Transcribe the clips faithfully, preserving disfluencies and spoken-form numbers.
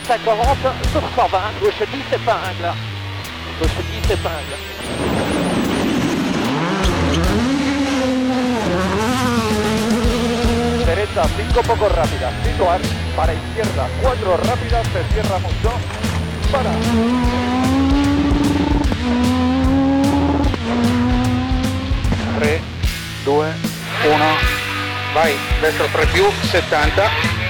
cinquante sur cent vingt, gauche dix épingle. Gauche dix épingle. Derecha cinco poco rápida, cinco para izquierda, cuatro rápida, se cierra mucho. Para. tre, due, uno, vai, destro tre più, settanta.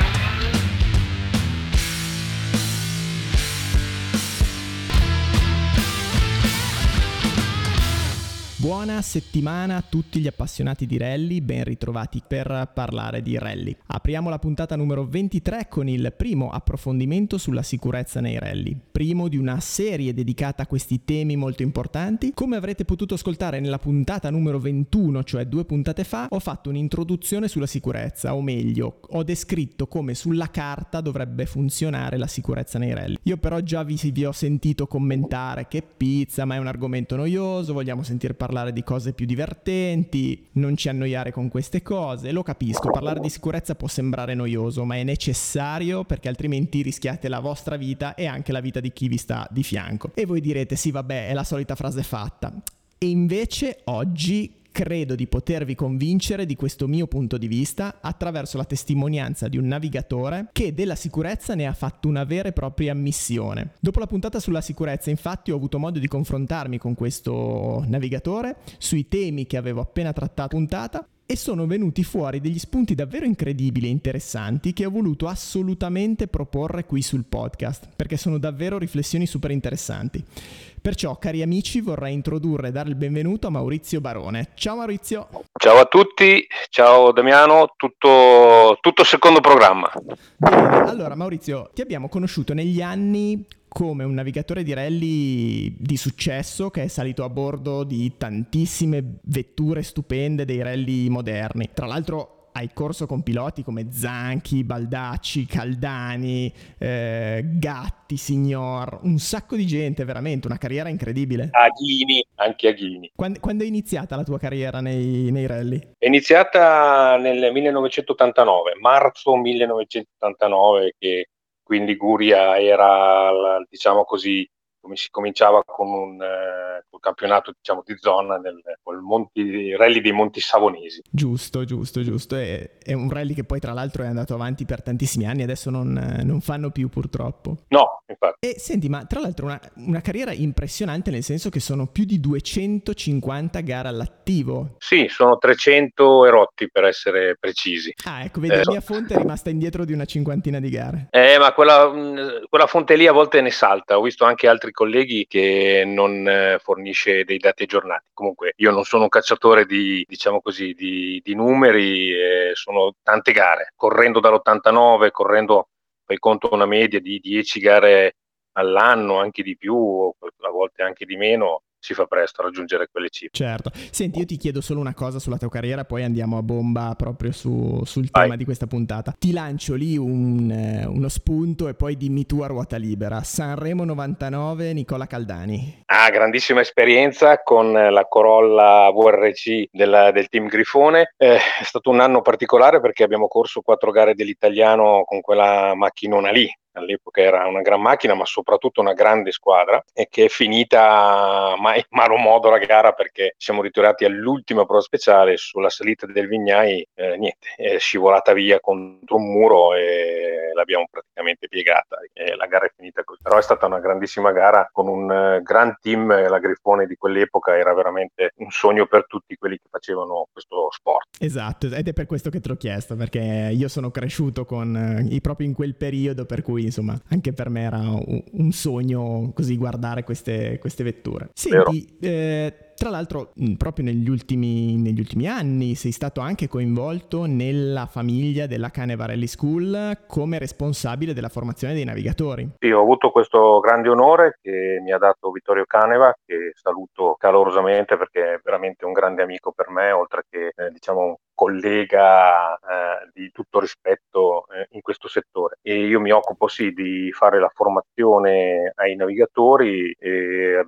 Buona settimana a tutti gli appassionati di rally, ben ritrovati per parlare di rally. Apriamo la puntata numero ventitré con il primo approfondimento sulla sicurezza nei rally, primo di una serie dedicata a questi temi molto importanti. Come avrete potuto ascoltare nella puntata numero ventuno, cioè due puntate fa, ho fatto un'introduzione sulla sicurezza, o meglio, ho descritto come sulla carta dovrebbe funzionare la sicurezza nei rally. Io però già vi, vi ho sentito commentare che pizza, ma è un argomento noioso, vogliamo sentire parlare di cose più divertenti, non ci annoiare con queste cose. Lo capisco, parlare di sicurezza può sembrare noioso, ma è necessario perché altrimenti rischiate la vostra vita e anche la vita di chi vi sta di fianco. E voi direte sì, vabbè, è la solita frase fatta. E invece oggi credo di potervi convincere di questo mio punto di vista attraverso la testimonianza di un navigatore che della sicurezza ne ha fatto una vera e propria missione. Dopo la puntata sulla sicurezza, infatti, ho avuto modo di confrontarmi con questo navigatore sui temi che avevo appena trattato in puntata e sono venuti fuori degli spunti davvero incredibili e interessanti che ho voluto assolutamente proporre qui sul podcast, perché sono davvero riflessioni super interessanti. Perciò, cari amici, vorrei introdurre e dare il benvenuto a Maurizio Barone. Ciao Maurizio! Ciao a tutti, ciao Damiano, tutto, tutto secondo programma. Bene, allora Maurizio, ti abbiamo conosciuto negli anni come un navigatore di rally di successo che è salito a bordo di tantissime vetture stupende dei rally moderni. Tra l'altro hai corso con piloti come Zanchi, Baldacci, Caldani, eh, Gatti, Signor, un sacco di gente, veramente, una carriera incredibile. Aghini, anche Aghini. Quando, quando è iniziata la tua carriera nei, nei rally? È iniziata nel millenovecentottantanove, marzo millenovecentottantanove, che qui in Liguria era, diciamo così, come si cominciava con un eh, col campionato, diciamo, di zona nel col Monti, rally dei Monti Savonesi. Giusto, giusto, giusto. È, è un rally che poi tra l'altro è andato avanti per tantissimi anni, adesso non, non fanno più purtroppo. No, infatti. E senti, ma tra l'altro una, una carriera impressionante, nel senso che sono più di duecentocinquanta gare all'attivo. Sì, sono trecento erotti per essere precisi. Ah, ecco, vedi, Eh, la mia fonte è rimasta indietro di una cinquantina di gare. Eh, ma quella, mh, quella fonte lì a volte ne salta. Ho visto anche altri colleghi che non eh, fornisce dei dati aggiornati. Comunque io non sono un cacciatore di, diciamo così, di, di numeri, eh, sono tante gare. Correndo dall'ottantanove, correndo, fai conto, una media di dieci gare all'anno, anche di più, a volte anche di meno, si fa presto a raggiungere quelle cifre. Certo. Senti, io ti chiedo solo una cosa sulla tua carriera, poi andiamo a bomba proprio su, sul Vai. tema di questa puntata. Ti lancio lì un, eh, uno spunto e poi dimmi tu a ruota libera. Sanremo novantanove, Nicola Caldani. Ah, grandissima esperienza con la Corolla V R C del, del team Grifone. Eh, è stato un anno particolare perché abbiamo corso quattro gare dell'italiano con quella macchinona lì. All'epoca era una gran macchina, ma soprattutto una grande squadra, e che è finita mai malo modo la gara perché siamo ritirati all'ultima prova speciale sulla salita del Vignai. Eh, niente, è scivolata via contro un muro e l'abbiamo praticamente piegata. E la gara è finita così. Però è stata una grandissima gara con un uh, gran team. La Grifone di quell'epoca era veramente un sogno per tutti quelli che facevano questo sport. Esatto, ed è per questo che te l'ho chiesto, perché io sono cresciuto con eh, proprio in quel periodo, per cui insomma anche per me era un, un sogno così guardare queste, queste vetture. Senti, eh, tra l'altro proprio negli ultimi, negli ultimi anni sei stato anche coinvolto nella famiglia della Caneva Rally School come responsabile della formazione dei navigatori. Sì, ho avuto questo grande onore che mi ha dato Vittorio Caneva, che saluto calorosamente perché è veramente un grande amico per me, oltre che eh, diciamo un collega eh, di tutto rispetto eh, in questo settore. E io mi occupo sì di fare la formazione ai navigatori, e da quando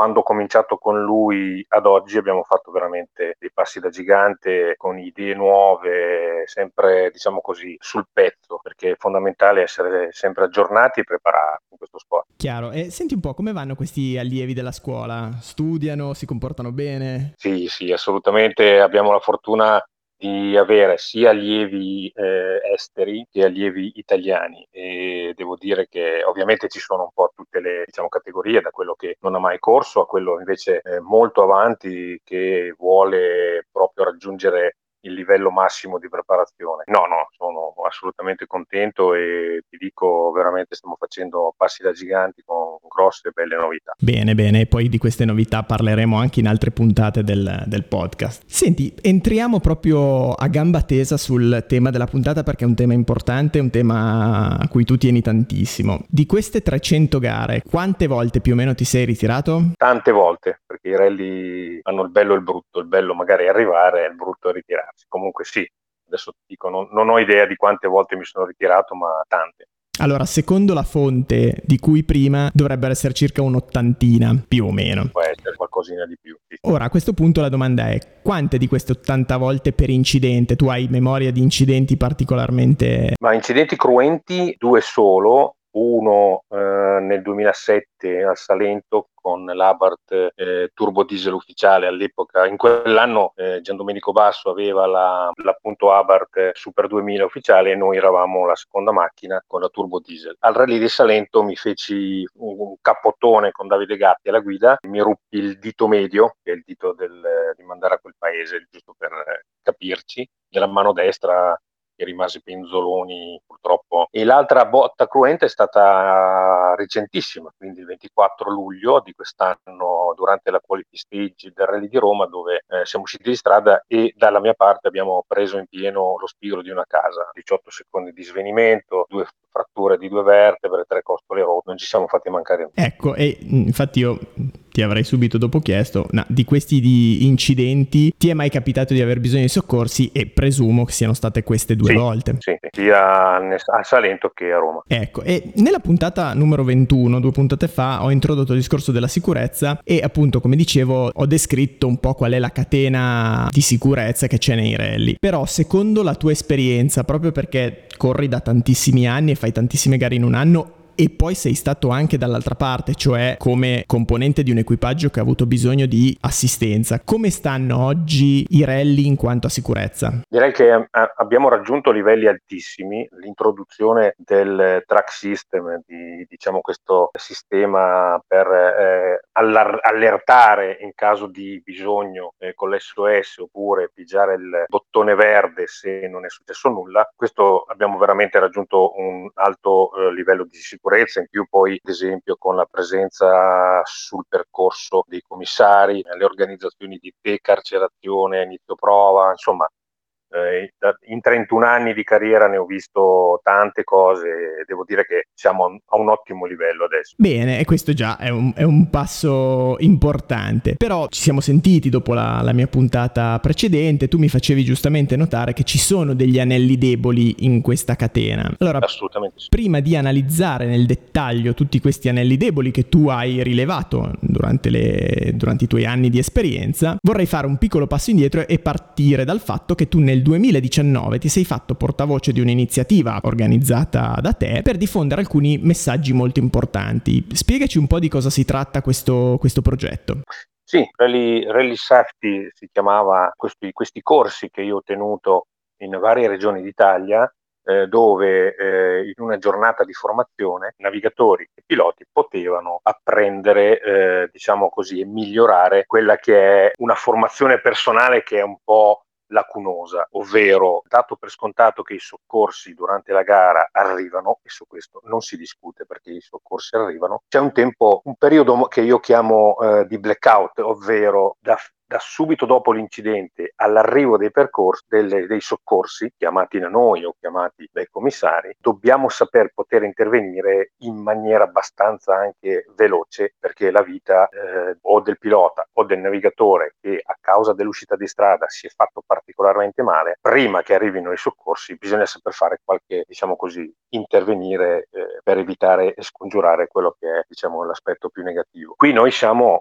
quando ho cominciato con lui ad oggi abbiamo fatto veramente dei passi da gigante, con idee nuove, sempre diciamo così sul pezzo, perché è fondamentale essere sempre aggiornati e preparati in questo sport. Chiaro. E senti un po', come vanno questi allievi della scuola? Studiano, si comportano bene? Sì, sì, assolutamente abbiamo la fortuna di avere sia allievi eh, esteri che allievi italiani, e devo dire che ovviamente ci sono un po' tutte le, diciamo, categorie, da quello che non ha mai corso a quello invece eh, molto avanti, che vuole proprio raggiungere il livello massimo di preparazione. No, no, sono assolutamente contento e ti dico veramente stiamo facendo passi da giganti con grosse e belle novità. Bene, bene, e poi di queste novità parleremo anche in altre puntate del, del podcast. Senti, entriamo proprio a gamba tesa sul tema della puntata, perché è un tema importante, un tema a cui tu tieni tantissimo. Di queste trecento gare, quante volte più o meno ti sei ritirato? Tante volte, perché i rally hanno il bello e il brutto, il bello magari è arrivare, il brutto è ritirarsi. Comunque sì, adesso ti dico, non, non ho idea di quante volte mi sono ritirato, ma tante. Allora, secondo la fonte di cui prima, dovrebbero essere circa un'ottantina, più o meno. Può essere qualcosina di più. Sì. Ora, a questo punto la domanda è: quante di queste ottanta volte per incidente? Tu hai memoria di incidenti particolarmente... Ma incidenti cruenti, due solo. Uno eh, nel duemilasette al Salento con l'Abarth eh, turbo diesel ufficiale all'epoca. In quell'anno eh, Giandomenico Basso aveva la, l'appunto Abarth Super duemila ufficiale e noi eravamo la seconda macchina con la turbo diesel. Al Rally di Salento mi feci un, un cappottone con Davide Gatti alla guida, mi ruppi il dito medio, che è il dito del, di mandare a quel paese, giusto per eh, capirci, della mano destra, che rimase penzoloni purtroppo. E l'altra botta cruenta è stata recentissima, quindi il ventiquattro luglio di quest'anno, durante la quality stage del Rally di Roma, dove eh, siamo usciti di strada e dalla mia parte abbiamo preso in pieno lo spigolo di una casa, diciotto secondi di svenimento, due fratture di due vertebre, tre costole rotte, non ci siamo fatti mancare. Ecco, e infatti io ti avrei subito dopo chiesto, no, di questi di incidenti ti è mai capitato di aver bisogno di soccorsi? E presumo che siano state queste due sì, volte. Sì, sia a Salento che a Roma. Ecco, e nella puntata numero ventuno, due puntate fa, ho introdotto il discorso della sicurezza e appunto, come dicevo, ho descritto un po' qual è la catena di sicurezza che c'è nei rally. Però secondo la tua esperienza, proprio perché corri da tantissimi anni e fai tantissime gare in un anno, e poi sei stato anche dall'altra parte, cioè come componente di un equipaggio che ha avuto bisogno di assistenza, come stanno oggi i rally in quanto a sicurezza? Direi che eh, abbiamo raggiunto livelli altissimi. L'introduzione del track system, di diciamo questo sistema per eh, allar- allertare in caso di bisogno eh, con l'S O S, oppure pigiare il bottone verde se non è successo nulla, questo abbiamo veramente raggiunto un alto eh, livello di sicurezza. In più poi, ad esempio, con la presenza sul percorso dei commissari, le organizzazioni di decarcerazione, inizio prova, insomma, eh, in trentuno anni di carriera ne ho visto tante cose e devo dire che siamo a un ottimo livello adesso. Bene, e questo già è un, è un passo importante. Però ci siamo sentiti dopo la, la mia puntata precedente, tu mi facevi giustamente notare che ci sono degli anelli deboli in questa catena. Allora, assolutamente sì. Prima di analizzare nel dettaglio tutti questi anelli deboli che tu hai rilevato durante, le, durante i tuoi anni di esperienza, vorrei fare un piccolo passo indietro e partire dal fatto che tu nel duemiladiciannove ti sei fatto portavoce di un'iniziativa organizzata da te per diffondere alcuni messaggi molto importanti. Spiegaci un po' di cosa si tratta questo, questo progetto. Sì, Rally, Rally Safety si chiamava questi, questi corsi che io ho tenuto in varie regioni d'Italia, eh, dove eh, in una giornata di formazione navigatori e piloti potevano apprendere, eh, diciamo così, e migliorare quella che è una formazione personale che è un po' lacunosa, ovvero, dato per scontato che i soccorsi durante la gara arrivano, e su questo non si discute perché i soccorsi arrivano, c'è un tempo, un periodo che io chiamo eh, di blackout, ovvero da da subito dopo l'incidente all'arrivo dei percorsi, delle, dei soccorsi, chiamati da noi o chiamati dai commissari, dobbiamo saper poter intervenire in maniera abbastanza anche veloce, perché la vita eh, o del pilota o del navigatore che a causa dell'uscita di strada si è fatto particolarmente male, prima che arrivino i soccorsi bisogna saper fare qualche, diciamo così, intervenire eh, per evitare e scongiurare quello che è, diciamo, l'aspetto più negativo. Qui noi siamo, il,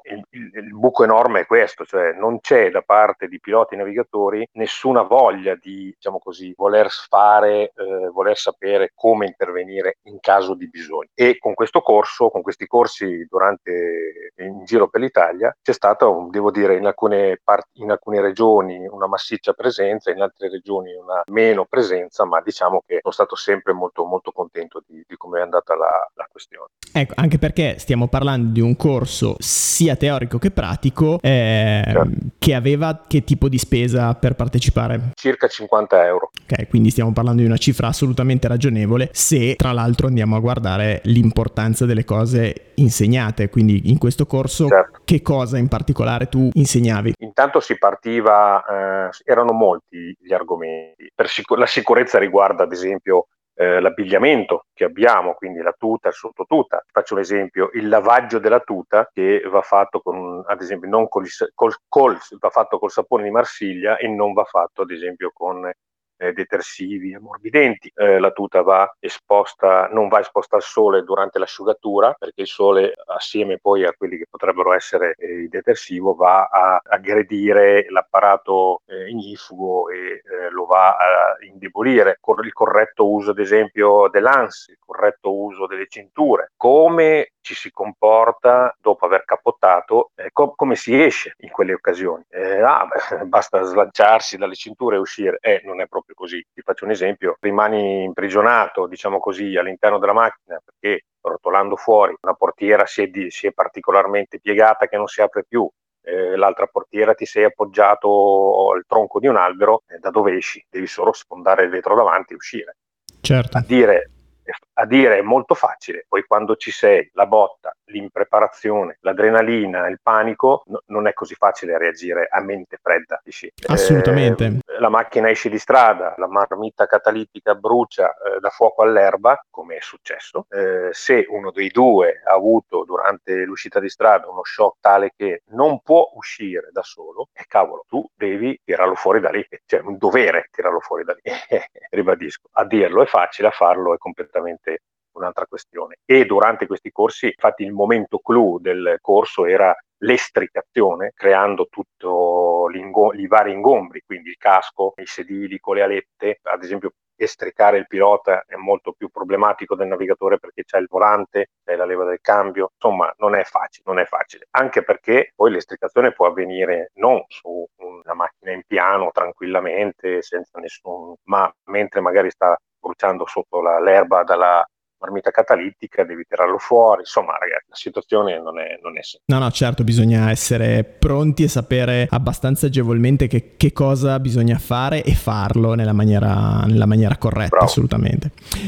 il, il buco enorme è questo, cioè non c'è da parte di piloti e navigatori nessuna voglia di, diciamo così, voler fare, eh, voler sapere come intervenire in caso di bisogno. E con questo corso, con questi corsi durante in giro per l'Italia, c'è stata, un, devo dire, in alcune parti, in alcune regioni una massiccia presenza, in altre regioni una meno presenza, ma diciamo che sono stato sempre molto molto contento di, di come è andata la, la questione. Ecco, anche perché stiamo parlando di un corso sia teorico che pratico, eh, certo. Che aveva che tipo di spesa per partecipare? Circa cinquanta euro. Ok, quindi stiamo parlando di una cifra assolutamente ragionevole, se tra l'altro andiamo a guardare l'importanza delle cose insegnate. Quindi in questo corso, certo. Che cosa in particolare tu insegnavi? Intanto si partiva, eh, erano molti gli argomenti. Per sicur- la sicurezza riguarda ad esempio Eh, l'abbigliamento che abbiamo, quindi la tuta, il sottotuta. Faccio un esempio: il lavaggio della tuta, che va fatto con, ad esempio, non col, col, col va fatto col sapone di Marsiglia e non va fatto ad esempio con eh, detersivi ammorbidenti. Eh, la tuta va esposta, non va esposta al sole durante l'asciugatura, perché il sole, assieme poi a quelli che potrebbero essere eh, il detersivo, va a aggredire l'apparato eh, ignifugo e eh, lo va a indebolire. Cor- il corretto uso ad esempio dell'A N S, il corretto uso delle cinture, come ci si comporta dopo aver cappottato, eh, co- come si esce in quelle occasioni. Eh, ah, beh, basta slanciarsi dalle cinture e uscire. Eh, non è proprio così. Ti faccio un esempio: rimani imprigionato, diciamo così, all'interno della macchina perché rotolando fuori una portiera si è, di, si è particolarmente piegata che non si apre più, eh, l'altra portiera ti sei appoggiato al tronco di un albero, eh, da dove esci? Devi solo sfondare il vetro davanti e uscire. Certo. A dire, a dire è molto facile, poi quando ci sei, la botta, l'impreparazione, l'adrenalina, il panico, no, non è così facile reagire a mente fredda. Dici. Assolutamente. Eh, la macchina esce di strada, la marmitta catalitica brucia, eh, da fuoco all'erba, come è successo. Eh, se uno dei due ha avuto durante l'uscita di strada uno shock tale che non può uscire da solo, e eh, cavolo, tu devi tirarlo fuori da lì, cioè un dovere tirarlo fuori da lì. Ribadisco, a dirlo è facile, a farlo è completamente un'altra questione. E durante questi corsi, infatti, il momento clou del corso era l'estricazione, creando tutto i vari ingombri, quindi il casco, i sedili con le alette. Ad esempio, estricare il pilota è molto più problematico del navigatore perché c'è il volante, c'è la leva del cambio, insomma non è facile, non è facile, anche perché poi l'estricazione può avvenire non su una macchina in piano tranquillamente, senza nessun, ma mentre magari sta bruciando sotto la, l'erba dalla marmita catalitica, devi tirarlo fuori. Insomma, ragazzi, la situazione non è, non è semplice. No, no, certo, bisogna essere pronti e sapere abbastanza agevolmente che, che cosa bisogna fare e farlo nella maniera, nella maniera corretta. Bravo. Assolutamente.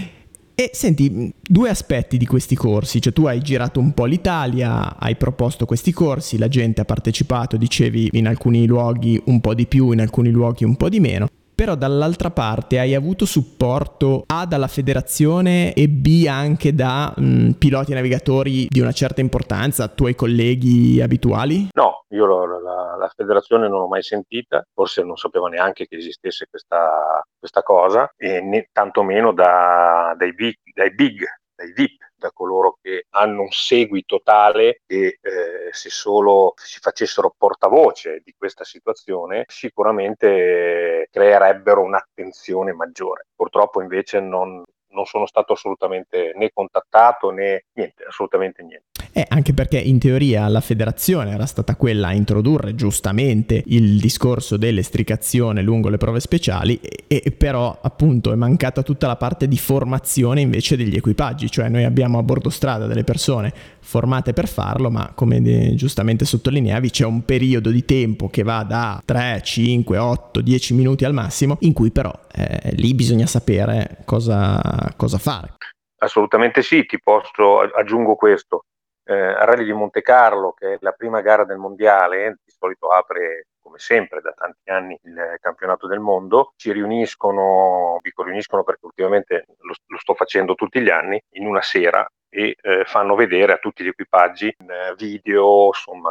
E senti, due aspetti di questi corsi, cioè tu hai girato un po' l'Italia, hai proposto questi corsi, la gente ha partecipato, dicevi, in alcuni luoghi un po' di più, in alcuni luoghi un po' di meno. Però dall'altra parte hai avuto supporto A dalla federazione e B anche da mh, piloti e navigatori di una certa importanza, tuoi colleghi abituali? No, io la, la federazione non l'ho mai sentita, forse non sapevo neanche che esistesse questa, questa cosa, e né tantomeno da, dai, big, dai big, dai V I P, da coloro che hanno un seguito tale che eh, se solo si facessero portavoce di questa situazione sicuramente creerebbero un'attenzione maggiore. Purtroppo invece non, non sono stato assolutamente né contattato né niente, assolutamente niente. Eh, anche perché in teoria la federazione era stata quella a introdurre giustamente il discorso dell'estricazione lungo le prove speciali e, e però appunto è mancata tutta la parte di formazione invece degli equipaggi, cioè noi abbiamo a bordo strada delle persone formate per farlo, ma come de- giustamente sottolineavi c'è un periodo di tempo che va da tre, cinque, otto, dieci minuti al massimo in cui però eh, lì bisogna sapere cosa, cosa fare. Assolutamente sì, ti posso, aggiungo questo. Eh, a Rally di Monte Carlo, che è la prima gara del mondiale, di solito apre come sempre da tanti anni il campionato del mondo, ci riuniscono, dico riuniscono perché ultimamente lo, lo sto facendo tutti gli anni, in una sera e eh, fanno vedere a tutti gli equipaggi in video, insomma,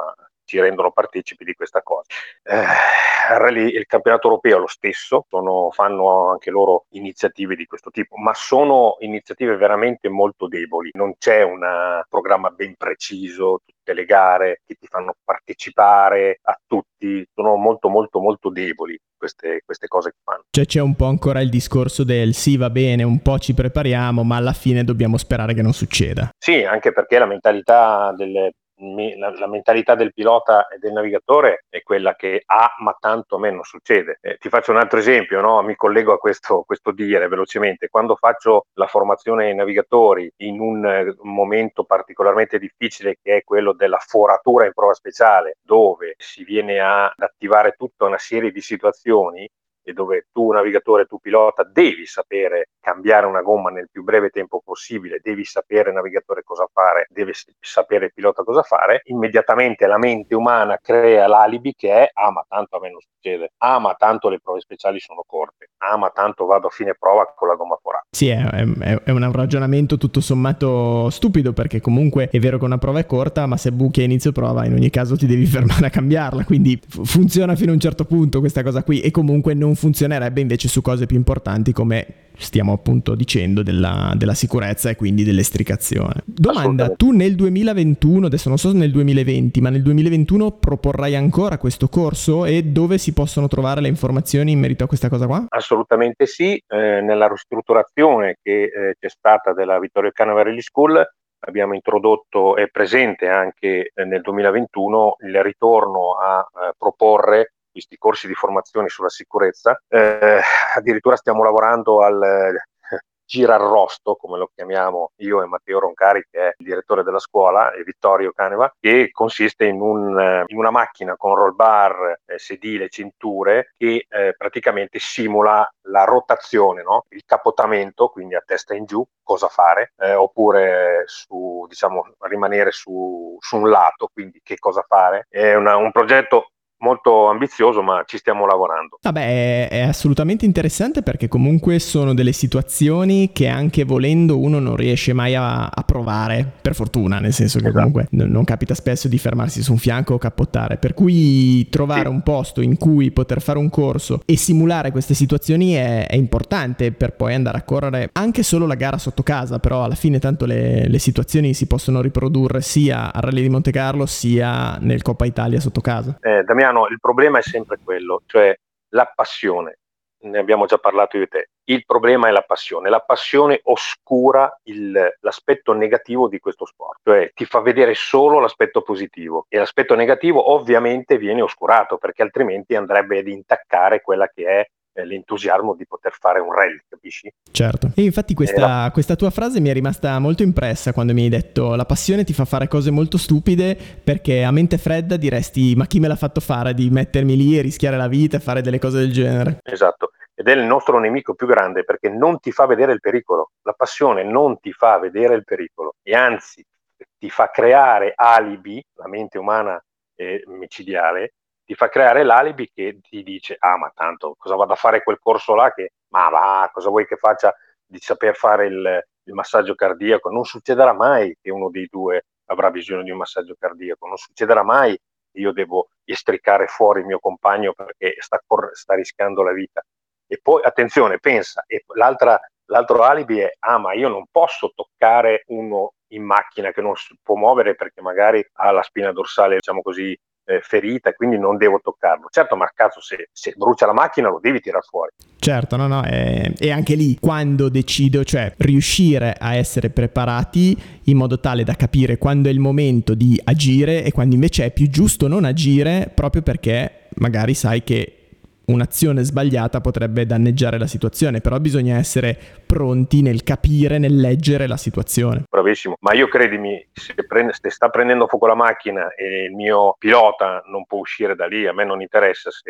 ci rendono partecipi di questa cosa. Eh, rally, il campionato europeo è lo stesso, sono, fanno anche loro iniziative di questo tipo, ma sono iniziative veramente molto deboli, non c'è un programma ben preciso, tutte le gare che ti fanno partecipare a tutti, sono molto molto molto deboli queste, queste cose che fanno. Cioè c'è un po' ancora il discorso del sì, va bene, un po' ci prepariamo, ma alla fine dobbiamo sperare che non succeda. Sì, anche perché la mentalità delle La, la mentalità del pilota e del navigatore è quella che ha, ma tanto a me non succede. Eh, ti faccio un altro esempio, no? Mi collego a questo, questo dire velocemente. Quando faccio la formazione ai navigatori in un, eh, un momento particolarmente difficile, che è quello della foratura in prova speciale, dove si viene a, ad attivare tutta una serie di situazioni e dove tu navigatore, tu pilota, devi sapere cambiare una gomma nel più breve tempo possibile, devi sapere navigatore cosa fare, devi sapere pilota cosa fare, immediatamente la mente umana crea l'alibi che è ah ma tanto a me non succede, ah ma tanto le prove speciali sono corte, ah ma tanto vado a fine prova con la gomma forata. Sì, è, è, è un ragionamento tutto sommato stupido, perché comunque è vero che una prova è corta, ma se buchi a inizio prova in ogni caso ti devi fermare a cambiarla, quindi f- funziona fino a un certo punto questa cosa qui, e comunque non funzionerebbe invece su cose più importanti come stiamo appunto dicendo della, della sicurezza e quindi dell'estricazione. Domanda, tu nel duemilaventuno, adesso non so se nel duemilaventi, ma nel duemilaventuno proporrai ancora questo corso, e dove si possono trovare le informazioni in merito a questa cosa qua? Assolutamente sì, eh, nella ristrutturazione che eh, c'è stata della Vittorio Caneva Rally School abbiamo introdotto, è presente anche eh, nel duemilaventuno, il ritorno a eh, proporre questi corsi di formazione sulla sicurezza. Eh, addirittura stiamo lavorando al eh, girarrosto, come lo chiamiamo io e Matteo Roncari, che è il direttore della scuola, e Vittorio Caneva, che consiste in, un, in una macchina con roll bar, eh, sedile, cinture, che eh, praticamente simula la rotazione, no? Il capotamento, quindi a testa in giù, cosa fare, eh, oppure su, diciamo, rimanere su, su un lato, quindi che cosa fare. È una, un progetto molto ambizioso, ma ci stiamo lavorando. Vabbè, è, è assolutamente interessante, perché comunque sono delle situazioni che anche volendo uno non riesce mai a, a provare, per fortuna, nel senso che esatto. Comunque non, non capita spesso di fermarsi su un fianco o cappottare, per cui trovare sì. un posto in cui poter fare un corso e simulare queste situazioni è, è importante, per poi andare a correre anche solo la gara sotto casa, però alla fine tanto le, le situazioni si possono riprodurre sia al Rally di Monte Carlo sia nel Coppa Italia sotto casa. Eh, Damiano, il problema è sempre quello, cioè la passione, ne abbiamo già parlato io e te, il problema è la passione, la passione oscura il, l'aspetto negativo di questo sport, cioè ti fa vedere solo l'aspetto positivo, e l'aspetto negativo ovviamente viene oscurato, perché altrimenti andrebbe ad intaccare quella che è l'entusiasmo di poter fare un rally, capisci? Certo. E infatti questa, questa tua frase mi è rimasta molto impressa quando mi hai detto la passione ti fa fare cose molto stupide, perché a mente fredda diresti ma chi me l'ha fatto fare di mettermi lì e rischiare la vita e fare delle cose del genere? Esatto, ed è il nostro nemico più grande, perché non ti fa vedere il pericolo, la passione non ti fa vedere il pericolo, e anzi ti fa creare alibi, la mente umana è micidiale, ti fa creare l'alibi che ti dice ah ma tanto cosa vado a fare quel corso là, che ma va, cosa vuoi che faccia di saper fare il, il massaggio cardiaco, non succederà mai che uno dei due avrà bisogno di un massaggio cardiaco, non succederà mai che io devo estricare fuori il mio compagno perché sta, sta rischiando la vita. E poi attenzione, pensa, e l'altra, l'altro alibi è ah ma io non posso toccare uno in macchina che non si può muovere perché magari ha la spina dorsale, diciamo così, Eh, ferita, e quindi non devo toccarlo. Certo, ma cazzo, se, se brucia la macchina lo devi tirar fuori. Certo, no, no, e, e anche lì quando decido, cioè riuscire a essere preparati in modo tale da capire quando è il momento di agire e quando invece è più giusto non agire, proprio perché magari sai che un'azione sbagliata potrebbe danneggiare la situazione, però bisogna essere pronti nel capire, nel leggere la situazione. Bravissimo, ma io credimi, se, prende, se sta prendendo fuoco la macchina e il mio pilota non può uscire da lì, a me non interessa se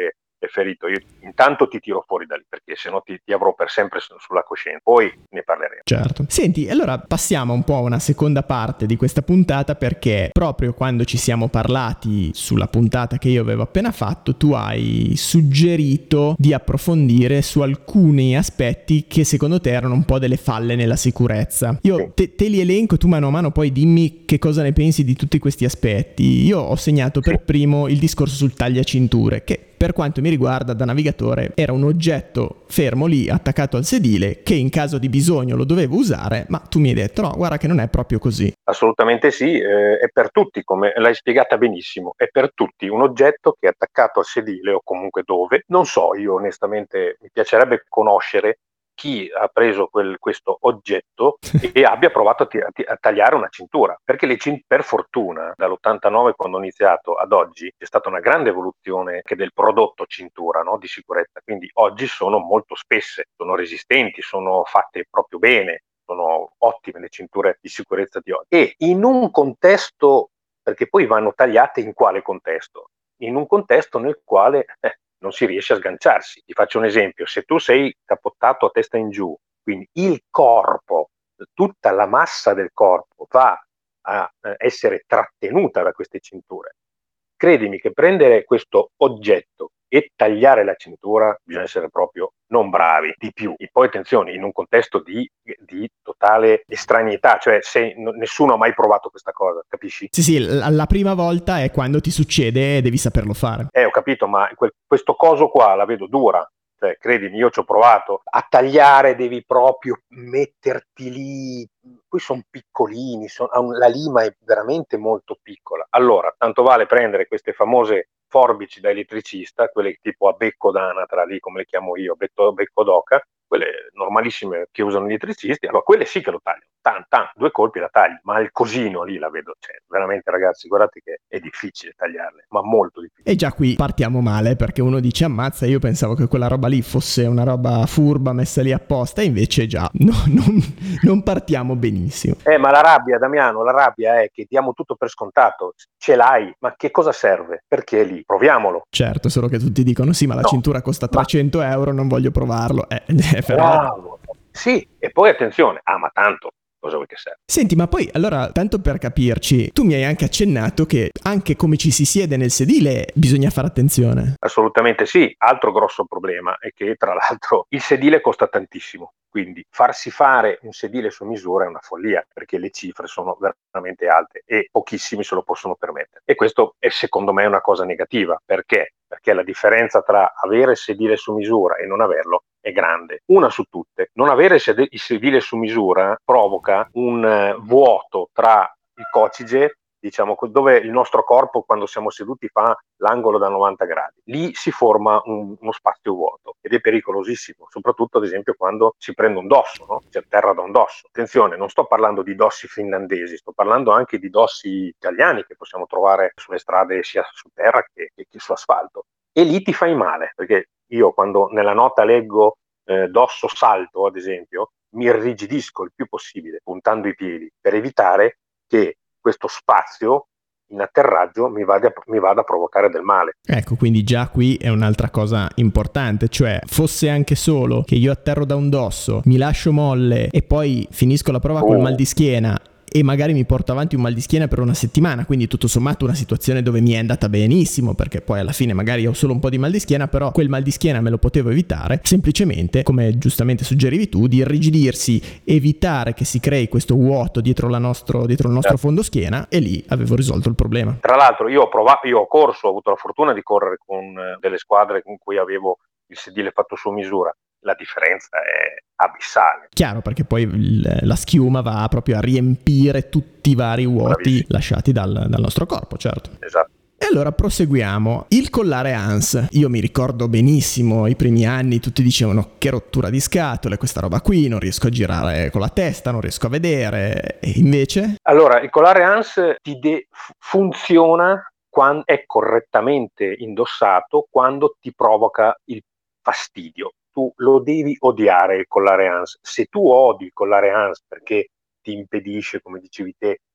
è ferito, io intanto ti tiro fuori da lì, perché sennò ti, ti avrò per sempre sulla coscienza, poi ne parleremo. Certo. Senti, allora passiamo un po' a una seconda parte di questa puntata, perché proprio quando ci siamo parlati sulla puntata che io avevo appena fatto, tu hai suggerito di approfondire su alcuni aspetti che secondo te erano un po' delle falle nella sicurezza. Io te, te li elenco, tu mano a mano poi dimmi che cosa ne pensi di tutti questi aspetti. Io ho segnato per primo il discorso sul tagliacinture, che per quanto mi riguarda da navigatore era un oggetto fermo lì attaccato al sedile che in caso di bisogno lo dovevo usare, ma tu mi hai detto no, guarda che non è proprio così. Assolutamente sì, eh, è per tutti, come l'hai spiegata benissimo, è per tutti un oggetto che è attaccato al sedile o comunque dove, non so, io onestamente mi piacerebbe conoscere chi ha preso quel, questo oggetto e abbia provato a, t- a tagliare una cintura, perché le cin- per fortuna dall'ottantanove quando ho iniziato ad oggi c'è stata una grande evoluzione anche del prodotto cintura, no, di sicurezza, quindi oggi sono molto spesse, sono resistenti, sono fatte proprio bene, sono ottime le cinture di sicurezza di oggi, e in un contesto, perché poi vanno tagliate in quale contesto? In un contesto nel quale eh, non si riesce a sganciarsi. Ti faccio un esempio: se tu sei capottato a testa in giù, quindi il corpo, tutta la massa del corpo va a eh, essere trattenuta da queste cinture, credimi che prendere questo oggetto e tagliare la cintura bisogna essere proprio non bravi, di più. E poi attenzione, in un contesto di, di totale estraneità, cioè se n- nessuno ha mai provato questa cosa, capisci? Sì, sì, la, la prima volta è quando ti succede e devi saperlo fare. Eh, ho capito, ma quel, questo coso qua la vedo dura. Cioè, credimi, io ci ho provato a tagliare, devi proprio metterti lì, poi sono piccolini, son, la lima è veramente molto piccola. Allora, tanto vale prendere queste famose forbici da elettricista, quelle tipo a becco d'anatra, lì come le chiamo io, becco, becco d'oca, quelle normalissime che usano gli elettricisti, allora quelle sì che lo tagliano, tan, tan, due colpi la taglio, ma il cosino lì la vedo, cioè, veramente ragazzi, guardate che è difficile tagliarle, ma molto difficile. E già qui partiamo male, perché uno dice ammazza, io pensavo che quella roba lì fosse una roba furba messa lì apposta, e invece già no, non, non partiamo benissimo. Eh, ma la rabbia, Damiano, la rabbia è che diamo tutto per scontato, ce l'hai, ma che cosa serve? Perché è lì? Proviamolo. Certo, solo che tutti dicono sì, ma la No, cintura costa ma... trecento euro, non voglio provarlo. Eh, però... Bravo. Sì, e poi attenzione, ah ma tanto, cosa vuoi che serve? Senti, ma poi allora, tanto per capirci, tu mi hai anche accennato che anche come ci si siede nel sedile bisogna fare attenzione. Assolutamente sì, altro grosso problema è che tra l'altro il sedile costa tantissimo, quindi farsi fare un sedile su misura è una follia, perché le cifre sono veramente alte e pochissimi se lo possono permettere. E questo è secondo me una cosa negativa, perché? Perché la differenza tra avere il sedile su misura e non averlo è grande. Una su tutte, non avere il sedile su misura provoca un eh, vuoto tra il coccige, diciamo, dove il nostro corpo quando siamo seduti fa l'angolo da novanta gradi. Lì si forma un, uno spazio vuoto ed è pericolosissimo, soprattutto ad esempio quando si prende un dosso, no? Si atterra da un dosso. Attenzione, non sto parlando di dossi finlandesi, sto parlando anche di dossi italiani che possiamo trovare sulle strade sia su terra che, che, che su asfalto. E lì ti fai male, perché io quando nella nota leggo eh, dosso salto, ad esempio, mi irrigidisco il più possibile puntando i piedi per evitare che questo spazio in atterraggio mi vada, mi vada a provocare del male. Ecco, quindi già qui è un'altra cosa importante, cioè fosse anche solo che io atterro da un dosso, mi lascio molle e poi finisco la prova Oh. col mal di schiena e magari mi porto avanti un mal di schiena per una settimana, quindi tutto sommato una situazione dove mi è andata benissimo, perché poi alla fine magari ho solo un po' di mal di schiena, però quel mal di schiena me lo potevo evitare, semplicemente, come giustamente suggerivi tu, di irrigidirsi, evitare che si crei questo vuoto dietro, la nostro, dietro il nostro fondo schiena, e lì avevo risolto il problema. Tra l'altro io ho, provato, io ho corso, ho avuto la fortuna di correre con delle squadre con cui avevo il sedile fatto su misura. La differenza è abissale. Chiaro, perché poi il, la schiuma va proprio a riempire tutti i vari vuoti Bravissimo. lasciati dal, dal nostro corpo, certo. Esatto. E allora proseguiamo. Il collare Hans, io mi ricordo benissimo i primi anni, tutti dicevano che rottura di scatole, questa roba qui, non riesco a girare con la testa, non riesco a vedere, e invece? Allora, il collare Hans ti de- funziona quando è correttamente indossato, quando ti provoca il fastidio. Tu lo devi odiare il collare Hans. Se tu odi il collare Hans perché ti impedisce, come dicevi te,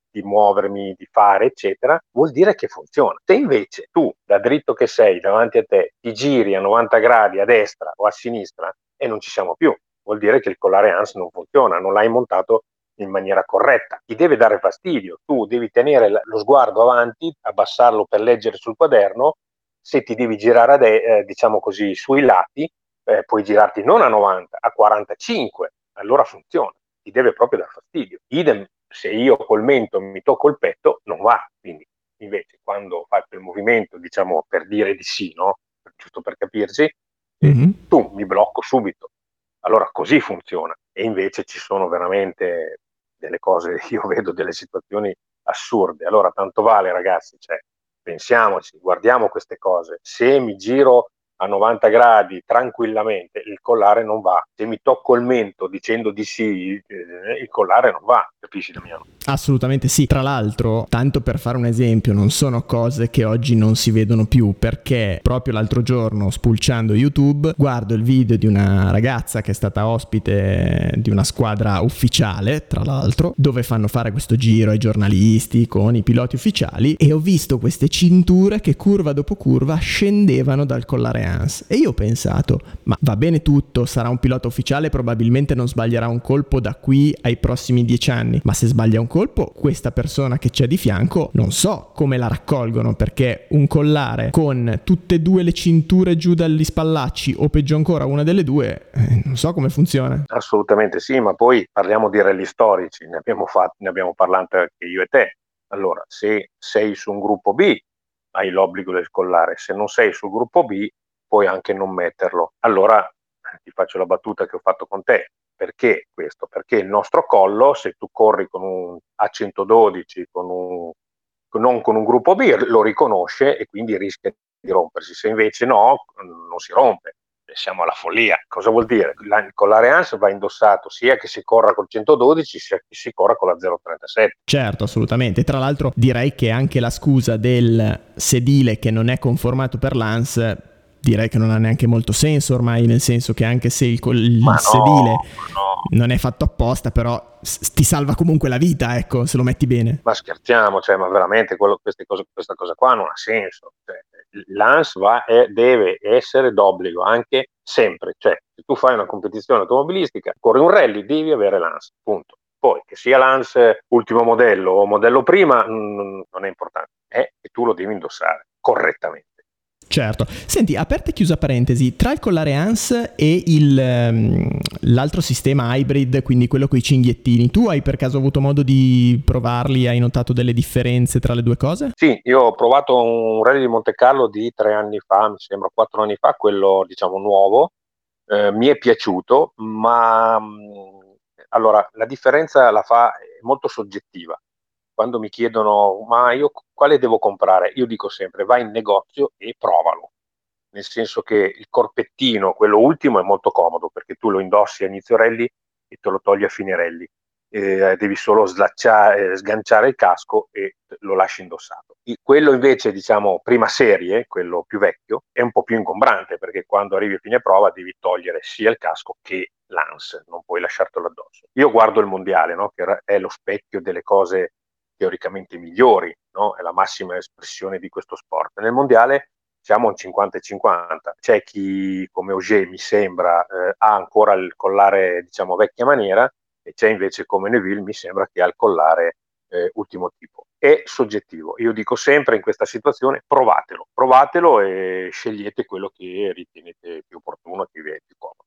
di muovermi, di fare, eccetera, vuol dire che funziona. Se invece tu, da dritto che sei, davanti a te, ti giri a novanta gradi a destra o a sinistra e non ci siamo più, vuol dire che il collare A N S non funziona, non l'hai montato in maniera corretta. Ti deve dare fastidio, tu devi tenere lo sguardo avanti, abbassarlo per leggere sul quaderno. Se ti devi girare a de- eh, diciamo così sui lati, eh, puoi girarti non a novanta, a quarantacinque, allora funziona. Ti deve proprio dar fastidio. Idem, se io col mento mi tocco il petto, non va. Quindi invece quando faccio il movimento, diciamo per dire di sì, no? Giusto per capirci, eh, Mm-hmm. tu mi blocco subito. Allora così funziona. E invece ci sono veramente delle cose, io vedo delle situazioni assurde. Allora tanto vale, ragazzi, cioè, pensiamoci, guardiamo queste cose. Se mi giro a novanta gradi tranquillamente, il collare non va. Se mi tocco il mento dicendo di sì, eh, il collare non va, capisci, Damiano? Assolutamente sì. Tra l'altro, tanto per fare un esempio, non sono cose che oggi non si vedono più, perché proprio l'altro giorno, spulciando YouTube, guardo il video di una ragazza che è stata ospite di una squadra ufficiale, tra l'altro, dove fanno fare questo giro ai giornalisti con i piloti ufficiali, e ho visto queste cinture che curva dopo curva scendevano dal collare A N S. E io ho pensato, ma va bene tutto, sarà un pilota ufficiale, probabilmente non sbaglierà un colpo da qui ai prossimi dieci anni, ma se sbaglia un colpo, questa persona che c'è di fianco non so come la raccolgono, perché un collare con tutte e due le cinture giù dagli spallacci, o peggio ancora una delle due, eh, non so come funziona. Assolutamente sì, ma poi parliamo di rally storici, ne abbiamo, fatto, ne abbiamo parlato anche io e te. Allora, se sei su un gruppo B hai l'obbligo del collare, se non sei sul gruppo B puoi anche non metterlo. Allora ti faccio la battuta che ho fatto con te. Perché questo? Perché il nostro collo, se tu corri con un A centododici, con un, non con un gruppo B, lo riconosce e quindi rischia di rompersi. Se invece no, non si rompe. Siamo alla follia. Cosa vuol dire? Il collare A N S va indossato sia che si corra col centododici sia che si corra con la zero trentasette. Certo, assolutamente. Tra l'altro direi che anche la scusa del sedile che non è conformato per l'A N S, direi che non ha neanche molto senso ormai, nel senso che anche se il, il ma no, sedile no. non è fatto apposta, però s- ti salva comunque la vita, ecco, se lo metti bene. Ma scherziamo, cioè, ma veramente quello, queste cose, questa cosa qua non ha senso. Cioè, l'A N S va, è, deve essere d'obbligo anche sempre. Cioè, se tu fai una competizione automobilistica, corri un rally, devi avere l'A N S, punto. Poi, che sia l'A N S ultimo modello o modello prima, mh, non è importante, è che tu lo devi indossare correttamente. Certo. Senti, aperta e chiusa parentesi, tra il collare A N S e il, um, l'altro sistema hybrid, quindi quello con i cinghiettini, tu hai per caso avuto modo di provarli? Hai notato delle differenze tra le due cose? Sì, io ho provato un rally di Monte Carlo di tre anni fa, mi sembra quattro anni fa, quello diciamo nuovo, eh, mi è piaciuto, ma mh, allora la differenza la fa è molto soggettiva. Quando mi chiedono ma io quale devo comprare, io dico sempre vai in negozio e provalo, nel senso che il corpettino, quello ultimo, è molto comodo perché tu lo indossi a inizio rally e te lo togli a fine rally. Eh, devi solo slacciare, eh, sganciare il casco e lo lasci indossato. Quello invece, diciamo, prima serie, quello più vecchio, è un po' più ingombrante perché quando arrivi a fine prova devi togliere sia il casco che l'A N S, non puoi lasciartelo addosso. Io guardo il mondiale, no? Che è lo specchio delle cose teoricamente migliori, no? È la massima espressione di questo sport. Nel mondiale siamo un cinquanta e cinquanta. C'è chi, come Ogier, mi sembra, eh, ha ancora il collare, diciamo, vecchia maniera, e c'è invece come Neville, mi sembra, che ha il collare eh, ultimo tipo. È soggettivo. Io dico sempre in questa situazione provatelo, provatelo e scegliete quello che ritenete più opportuno e più, più comodo.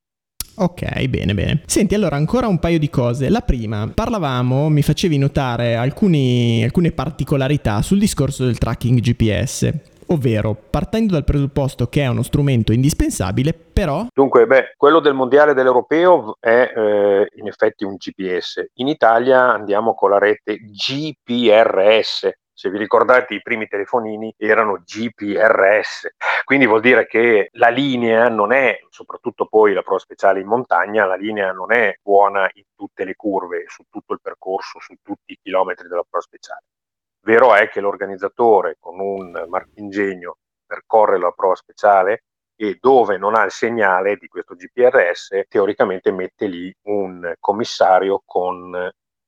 Ok, bene, bene. Senti, allora ancora un paio di cose. La prima, parlavamo, mi facevi notare alcuni, alcune particolarità sul discorso del tracking G P S. Ovvero, partendo dal presupposto che è uno strumento indispensabile, però... Dunque, beh, quello del mondiale dell'europeo è eh, in effetti un G P S. In Italia andiamo con la rete G P R S. Se vi ricordate, i primi telefonini erano G P R S. Quindi vuol dire che la linea non è, soprattutto poi la prova speciale in montagna, la linea non è buona in tutte le curve, su tutto il percorso, su tutti i chilometri della prova speciale. Vero è che l'organizzatore con un marchingegno percorre la prova speciale e dove non ha il segnale di questo G P R S teoricamente mette lì un commissario con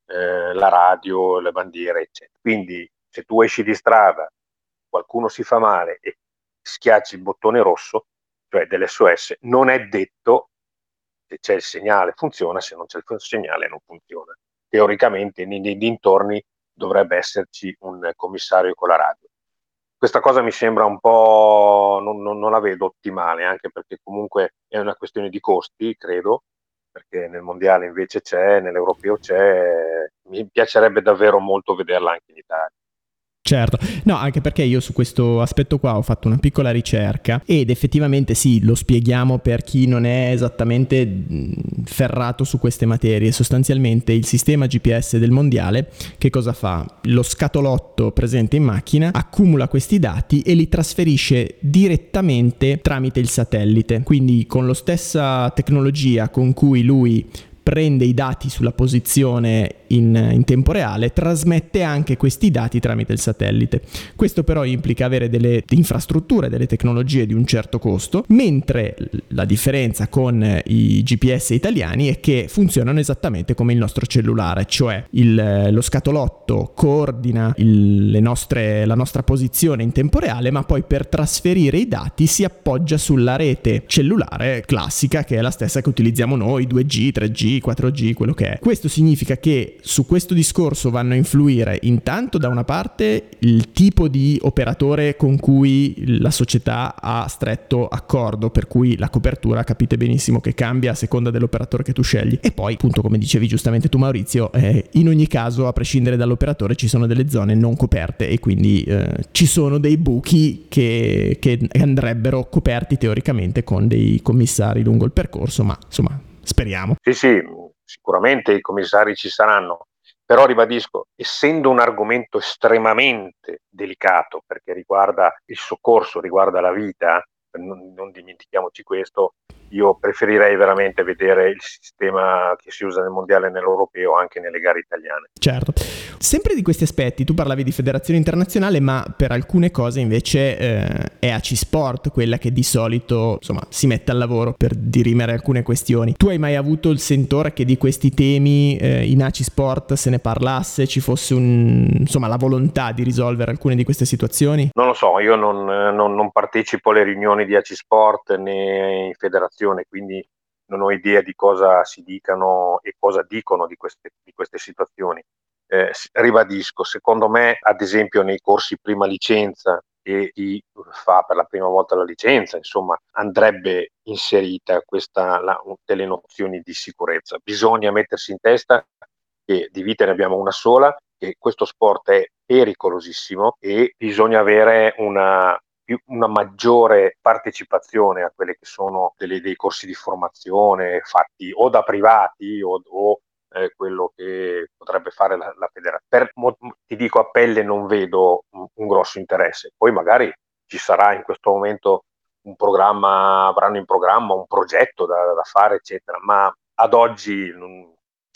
eh, la radio, le bandiere, eccetera. Quindi se tu esci di strada, qualcuno si fa male e schiacci il bottone rosso, cioè dell'S O S, non è detto se c'è il segnale funziona, se non c'è il segnale non funziona. Teoricamente nei, nei dintorni dovrebbe esserci un commissario con la radio. Questa cosa mi sembra un po', non, non, non la vedo ottimale, anche perché comunque è una questione di costi, credo, perché nel mondiale invece c'è, nell'europeo c'è, mi piacerebbe davvero molto vederla anche in Italia. Certo, no, anche perché io su questo aspetto qua ho fatto una piccola ricerca ed effettivamente sì, lo spieghiamo per chi non è esattamente ferrato su queste materie. Sostanzialmente il sistema G P S del mondiale che cosa fa? Lo scatolotto presente in macchina accumula questi dati e li trasferisce direttamente tramite il satellite, quindi con la stessa tecnologia con cui lui prende i dati sulla posizione in, in tempo reale, trasmette anche questi dati tramite il satellite. Questo però implica avere delle infrastrutture, delle tecnologie di un certo costo, mentre la differenza con i G P S italiani è che funzionano esattamente come il nostro cellulare, cioè il, lo scatolotto coordina il, le nostre, la nostra posizione in tempo reale, ma poi per trasferire i dati si appoggia sulla rete cellulare classica, che è la stessa che utilizziamo noi, due G, tre G, quattro G, quello che è. Questo significa che su questo discorso vanno a influire intanto da una parte il tipo di operatore con cui la società ha stretto accordo, per cui la copertura capite benissimo che cambia a seconda dell'operatore che tu scegli, e poi appunto come dicevi giustamente tu Maurizio, eh, in ogni caso a prescindere dall'operatore ci sono delle zone non coperte e quindi eh, ci sono dei buchi che, che andrebbero coperti teoricamente con dei commissari lungo il percorso, ma insomma speriamo. Sì, sì, sicuramente i commissari ci saranno, però ribadisco, essendo un argomento estremamente delicato, perché riguarda il soccorso, riguarda la vita, non, non dimentichiamoci questo, io preferirei veramente vedere il sistema che si usa nel mondiale e nell'europeo anche nelle gare italiane. Certo. Sempre di questi aspetti, tu parlavi di federazione internazionale, ma per alcune cose invece eh, è A C I Sport quella che di solito insomma si mette al lavoro per dirimere alcune questioni. Tu hai mai avuto il sentore che di questi temi eh, in A C I Sport se ne parlasse, ci fosse un, insomma la volontà di risolvere alcune di queste situazioni? Non lo so, io non, non, non partecipo alle riunioni di A C I Sport né in federazione, quindi non ho idea di cosa si dicano e cosa dicono di queste, di queste situazioni. Eh, ribadisco, secondo me, ad esempio nei corsi prima licenza e chi fa per la prima volta la licenza, insomma, andrebbe inserita questa, la, delle nozioni di sicurezza. Bisogna mettersi in testa che di vita ne abbiamo una sola, che questo sport è pericolosissimo e bisogna avere una una maggiore partecipazione a quelle che sono delle, dei corsi di formazione fatti o da privati o, o eh, quello che potrebbe fare la, la federazione. Per, mo, ti dico, a pelle non vedo un, un grosso interesse. Poi magari ci sarà in questo momento un programma, avranno in programma un progetto da, da fare, eccetera, ma ad oggi non,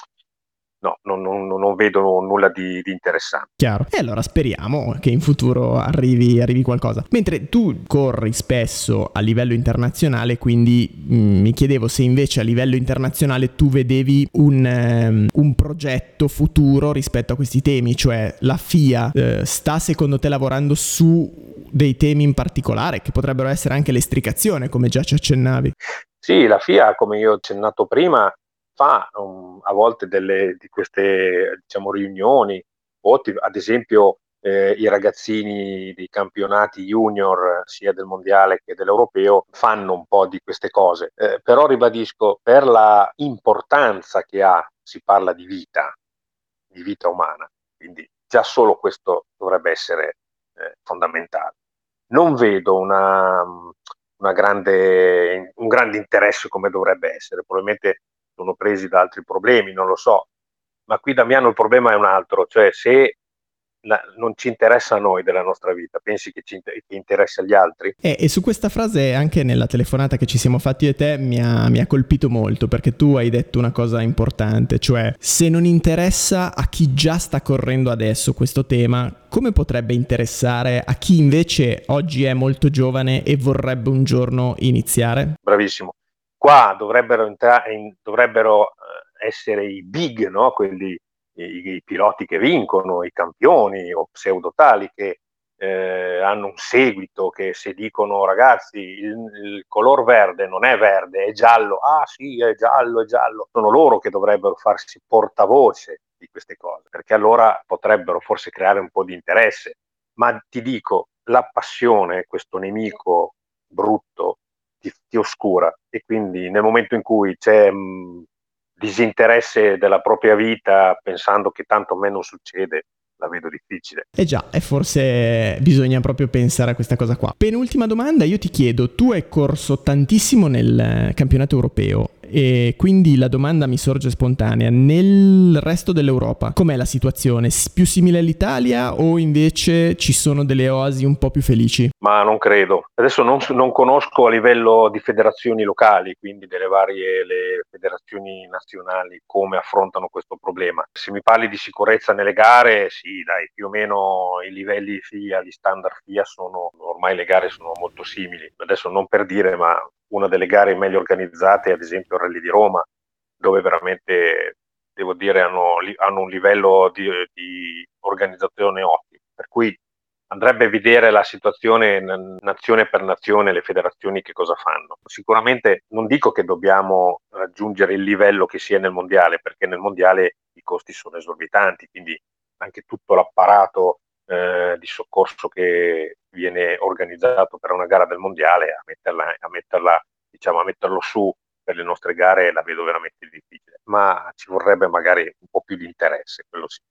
No, non, non, non vedo nulla di, di interessante. Chiaro. E allora speriamo che in futuro arrivi, arrivi qualcosa. Mentre tu corri spesso a livello internazionale, quindi mh, mi chiedevo se invece a livello internazionale tu vedevi un, um, un progetto futuro rispetto a questi temi, cioè la F I A eh, sta secondo te lavorando su dei temi in particolare, che potrebbero essere anche l'estricazione, come già ci accennavi? Sì, la F I A, come io ho accennato prima, fa um, a volte delle di queste diciamo riunioni o ti, ad esempio eh, i ragazzini dei campionati junior sia del mondiale che dell'europeo fanno un po' di queste cose, eh, però ribadisco, per la importanza che ha, si parla di vita, di vita umana, quindi già solo questo dovrebbe essere eh, fondamentale. Non vedo una, una grande, un grande interesse come dovrebbe essere, probabilmente sono presi da altri problemi, non lo so, ma qui Damiano il problema è un altro, cioè se la, non ci interessa a noi della nostra vita, pensi che ci che interessa agli altri? E, e su questa frase anche nella telefonata che ci siamo fatti io e te mi ha, mi ha colpito molto, perché tu hai detto una cosa importante, cioè se non interessa a chi già sta correndo adesso questo tema, come potrebbe interessare a chi invece oggi è molto giovane e vorrebbe un giorno iniziare? Bravissimo. Qua dovrebbero, entra- in, dovrebbero essere i big, no? Quelli i, i piloti che vincono, i campioni o pseudotali che eh, hanno un seguito, che se dicono ragazzi il, il color verde non è verde, è giallo, ah sì è giallo, è giallo, sono loro che dovrebbero farsi portavoce di queste cose, perché allora potrebbero forse creare un po' di interesse. Ma ti dico, la passione, questo nemico brutto, ti, ti oscura, e quindi nel momento in cui c'è mh, disinteresse della propria vita, pensando che tanto a me non succede, la vedo difficile. Eh già, e forse bisogna proprio pensare a questa cosa qua. Penultima domanda, io ti chiedo, tu hai corso tantissimo nel campionato europeo e quindi la domanda mi sorge spontanea, nel resto dell'Europa com'è la situazione? Più simile all'Italia o invece ci sono delle oasi un po' più felici? Ma non credo. Adesso non, non conosco a livello di federazioni locali, quindi delle varie le federazioni nazionali, come affrontano questo problema. Se mi parli di sicurezza nelle gare, sì, dai, più o meno i livelli F I A, gli standard F I A sono, ormai le gare sono molto simili. Adesso non per dire, ma una delle gare meglio organizzate è ad esempio il Rally di Roma, dove veramente, devo dire, hanno, hanno un livello di, di organizzazione ottimo. Per cui andrebbe a vedere la situazione nazione per nazione, le federazioni che cosa fanno. Sicuramente non dico che dobbiamo raggiungere il livello che sia nel mondiale, perché nel mondiale i costi sono esorbitanti, quindi anche tutto l'apparato eh, di soccorso che viene organizzato per una gara del mondiale, a metterla, a metterla, diciamo, a metterlo su per le nostre gare la vedo veramente difficile, ma ci vorrebbe magari un po' più di interesse, quello sì.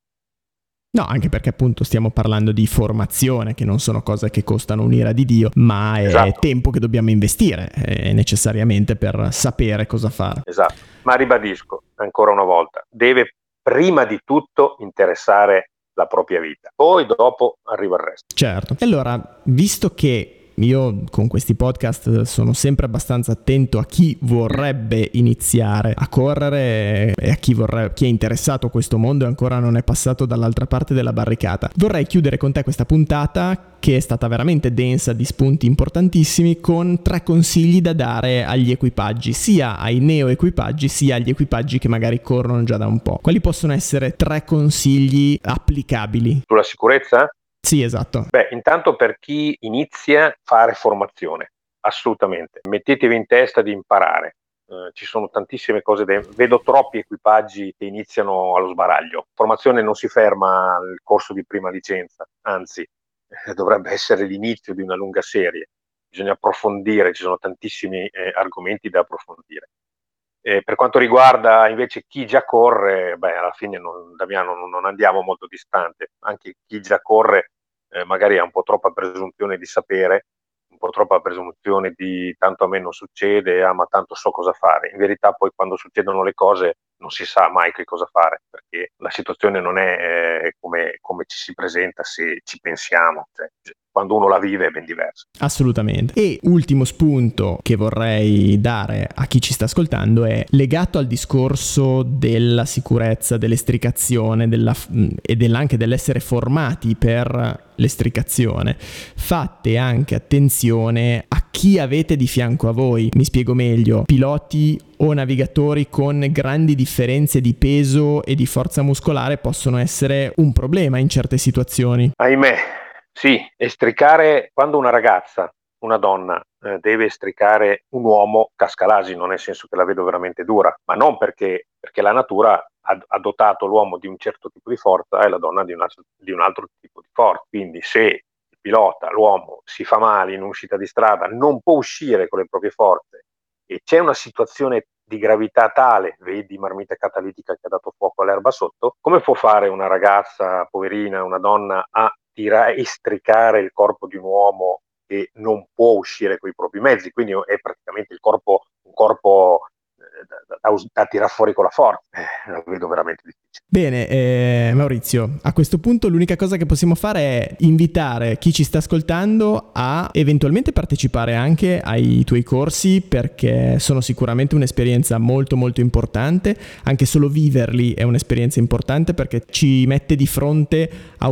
No, anche perché appunto stiamo parlando di formazione, che non sono cose che costano un'ira di Dio, ma è esatto. tempo che dobbiamo investire eh, necessariamente per sapere cosa fare. Esatto, ma ribadisco ancora una volta, deve prima di tutto interessare la propria vita, poi dopo arriva il resto. Certo, e allora, visto che io con questi podcast sono sempre abbastanza attento a chi vorrebbe iniziare a correre e a chi, vorrebbe, chi è interessato a questo mondo e ancora non è passato dall'altra parte della barricata. Vorrei chiudere con te questa puntata, che è stata veramente densa di spunti importantissimi, con tre consigli da dare agli equipaggi, sia ai neo equipaggi sia agli equipaggi che magari corrono già da un po'. Quali possono essere tre consigli applicabili? Sulla sicurezza? Sì, esatto. Beh, intanto per chi inizia a fare formazione, assolutamente. Mettetevi in testa di imparare. Eh, ci sono tantissime cose da... Vedo troppi equipaggi che iniziano allo sbaraglio. Formazione non si ferma al corso di prima licenza, anzi, eh, dovrebbe essere l'inizio di una lunga serie. Bisogna approfondire, ci sono tantissimi eh, argomenti da approfondire. Eh, per quanto riguarda invece chi già corre, beh, alla fine non, Damiano, non, non andiamo molto distante. Anche chi già corre eh, magari ha un po' troppa presunzione di sapere, un po' troppa presunzione di tanto a me non succede, ah, ma tanto so cosa fare. In verità poi quando succedono le cose non si sa mai che cosa fare, perché la situazione non è eh, come, come ci si presenta se ci pensiamo. Cioè, quando uno la vive è ben diverso. Assolutamente. E ultimo spunto che vorrei dare a chi ci sta ascoltando è legato al discorso della sicurezza, dell'estricazione della, e della, anche dell'essere formati per l'estricazione. Fate anche attenzione a chi avete di fianco a voi. Mi spiego meglio: piloti o navigatori con grandi differenze di peso e di forza muscolare possono essere un problema in certe situazioni. Ahimè. Sì, estricare, quando una ragazza, una donna, eh, deve estricare un uomo, casca l'asino, nel senso che la vedo veramente dura, ma non perché, perché la natura ha, ha dotato l'uomo di un certo tipo di forza e la donna di un, altro, di un altro tipo di forza. Quindi se il pilota, l'uomo, si fa male in uscita di strada, non può uscire con le proprie forze e c'è una situazione di gravità tale, vedi marmita catalitica che ha dato fuoco all'erba sotto, come può fare una ragazza, poverina, una donna, a tirare, estricare il corpo di un uomo che non può uscire con i propri mezzi? Quindi è praticamente il corpo, un corpo eh, da, da, da tirar fuori con la forza. Eh, lo vedo veramente difficile. Bene, eh, Maurizio, a questo punto l'unica cosa che possiamo fare è invitare chi ci sta ascoltando a eventualmente partecipare anche ai tuoi corsi, perché sono sicuramente un'esperienza molto molto importante. Anche solo viverli è un'esperienza importante, perché ci mette di fronte a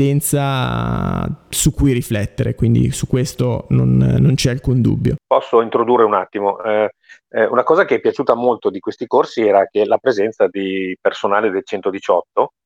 un'evidenza su cui riflettere, quindi su questo non, non c'è alcun dubbio. Posso introdurre un attimo? Eh, eh, una cosa che è piaciuta molto di questi corsi era che la presenza di personale del centodiciotto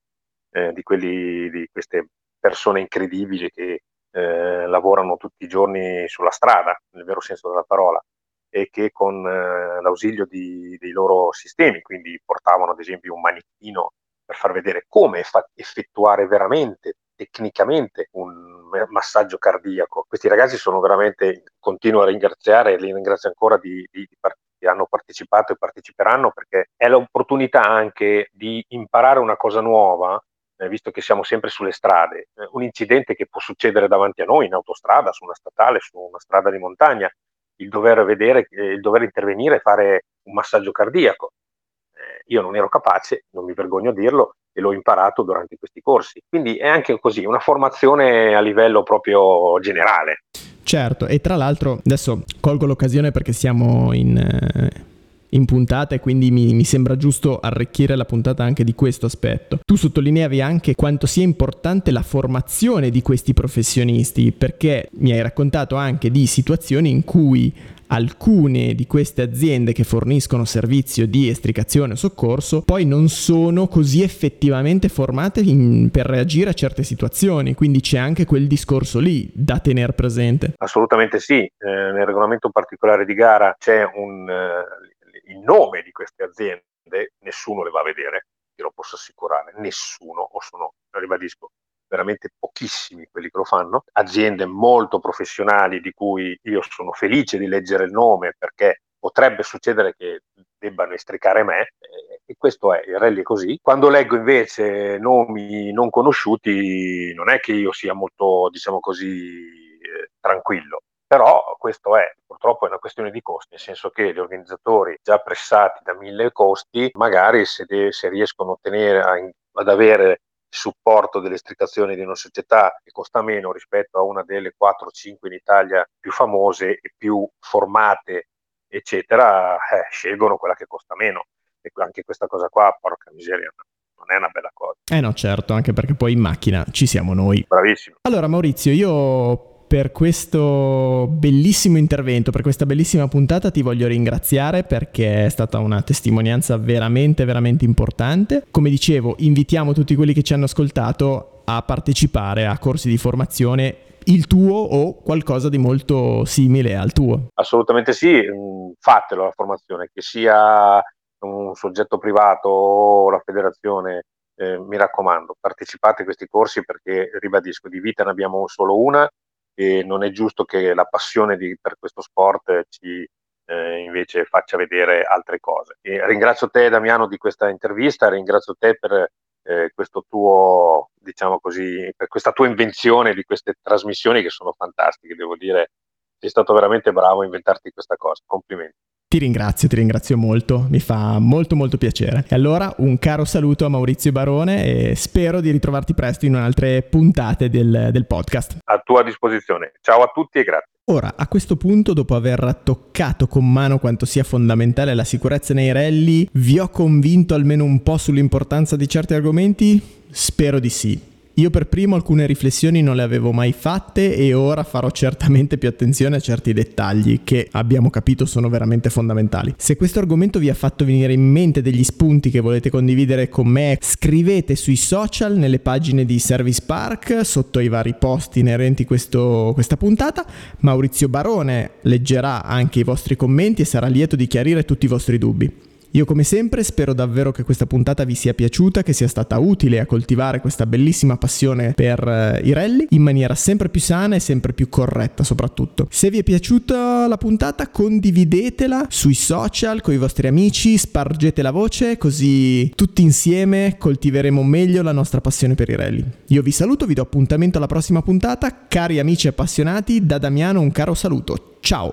eh, di, quelli, di queste persone incredibili che eh, lavorano tutti i giorni sulla strada, nel vero senso della parola, e che con eh, l'ausilio di, dei loro sistemi, quindi portavano ad esempio un manichino per far vedere come fa- effettuare veramente, tecnicamente, un massaggio cardiaco. Questi ragazzi sono veramente, continuo a ringraziare e li ringrazio ancora di, di, di part- che hanno partecipato e parteciperanno, perché è l'opportunità anche di imparare una cosa nuova, eh, visto che siamo sempre sulle strade. Eh, un incidente che può succedere davanti a noi in autostrada, su una statale, su una strada di montagna, il dover vedere, eh, il dover intervenire e fare un massaggio cardiaco. Eh, io non ero capace, non mi vergogno a dirlo, e l'ho imparato durante questi corsi. Quindi è anche così, una formazione a livello proprio generale. Certo, e tra l'altro adesso colgo l'occasione perché siamo in, eh, in puntata e quindi mi, mi sembra giusto arricchire la puntata anche di questo aspetto. Tu sottolineavi anche quanto sia importante la formazione di questi professionisti, perché mi hai raccontato anche di situazioni in cui alcune di queste aziende che forniscono servizio di estricazione o soccorso poi non sono così effettivamente formate in, per reagire a certe situazioni, quindi c'è anche quel discorso lì da tenere presente. Assolutamente sì, eh, nel regolamento particolare di gara c'è un, eh, il nome di queste aziende, nessuno le va a vedere, te lo posso assicurare, nessuno, o sono, lo ribadisco, veramente pochissimi quelli che lo fanno, aziende molto professionali di cui io sono felice di leggere il nome, perché potrebbe succedere che debbano estricare me, eh, e questo è, il rally è così. Quando leggo invece nomi non conosciuti non è che io sia molto, diciamo così, eh, tranquillo, però questo è, purtroppo è una questione di costi, nel senso che gli organizzatori già pressati da mille costi, magari se, de- se riescono a ottenere, a, ad avere supporto dell'estricazione di una società che costa meno rispetto a una delle quattro cinque in Italia più famose e più formate, eccetera, eh, scelgono quella che costa meno. E anche questa cosa qua, porca miseria, non è una bella cosa. Eh no, certo, anche perché poi in macchina ci siamo noi. Bravissimo. Allora Maurizio, io per questo bellissimo intervento, per questa bellissima puntata ti voglio ringraziare, perché è stata una testimonianza veramente veramente importante. Come dicevo, invitiamo tutti quelli che ci hanno ascoltato a partecipare a corsi di formazione, il tuo o qualcosa di molto simile al tuo. Assolutamente sì, fatelo la formazione, che sia un soggetto privato o la federazione, eh, mi raccomando, partecipate a questi corsi, perché, ribadisco, di vita ne abbiamo solo una e non è giusto che la passione di, per questo sport ci eh, invece faccia vedere altre cose. E ringrazio te, Damiano, di questa intervista, ringrazio te per eh, questo tuo, diciamo così, per questa tua invenzione di queste trasmissioni che sono fantastiche, devo dire, sei stato veramente bravo a inventarti questa cosa, complimenti. Ti ringrazio, ti ringrazio molto, mi fa molto molto piacere. E allora un caro saluto a Maurizio Barone e spero di ritrovarti presto in altre puntate del, del podcast. A tua disposizione. Ciao a tutti e grazie. Ora, a questo punto, dopo aver toccato con mano quanto sia fondamentale la sicurezza nei rally, vi ho convinto almeno un po' sull'importanza di certi argomenti? Spero di sì. Io per primo alcune riflessioni non le avevo mai fatte e ora farò certamente più attenzione a certi dettagli che abbiamo capito sono veramente fondamentali. Se questo argomento vi ha fatto venire in mente degli spunti che volete condividere con me, scrivete sui social, nelle pagine di Service Park, sotto i vari post inerenti questo, questa puntata. Maurizio Barone leggerà anche i vostri commenti e sarà lieto di chiarire tutti i vostri dubbi. Io come sempre spero davvero che questa puntata vi sia piaciuta, che sia stata utile a coltivare questa bellissima passione per uh, i rally in maniera sempre più sana e sempre più corretta soprattutto. Se vi è piaciuta la puntata, condividetela sui social con i vostri amici, spargete la voce, così tutti insieme coltiveremo meglio la nostra passione per i rally. Io vi saluto, vi do appuntamento alla prossima puntata. Cari amici appassionati, da Damiano un caro saluto. Ciao!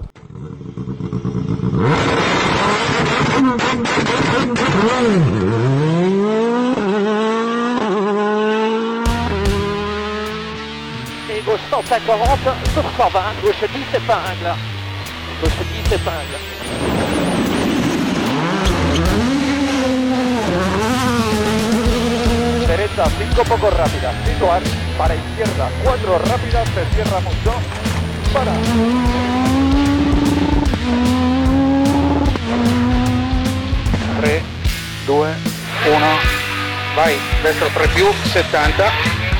Et gauche cent cinquante sur cent vingt, gauche dix épingle. Gauche dix épingle. Derecha cinco poco rápida, situar, para izquierda cuatro rápida, se cierra mucho, para. tre, due, uno, vai, destro tre più, settanta.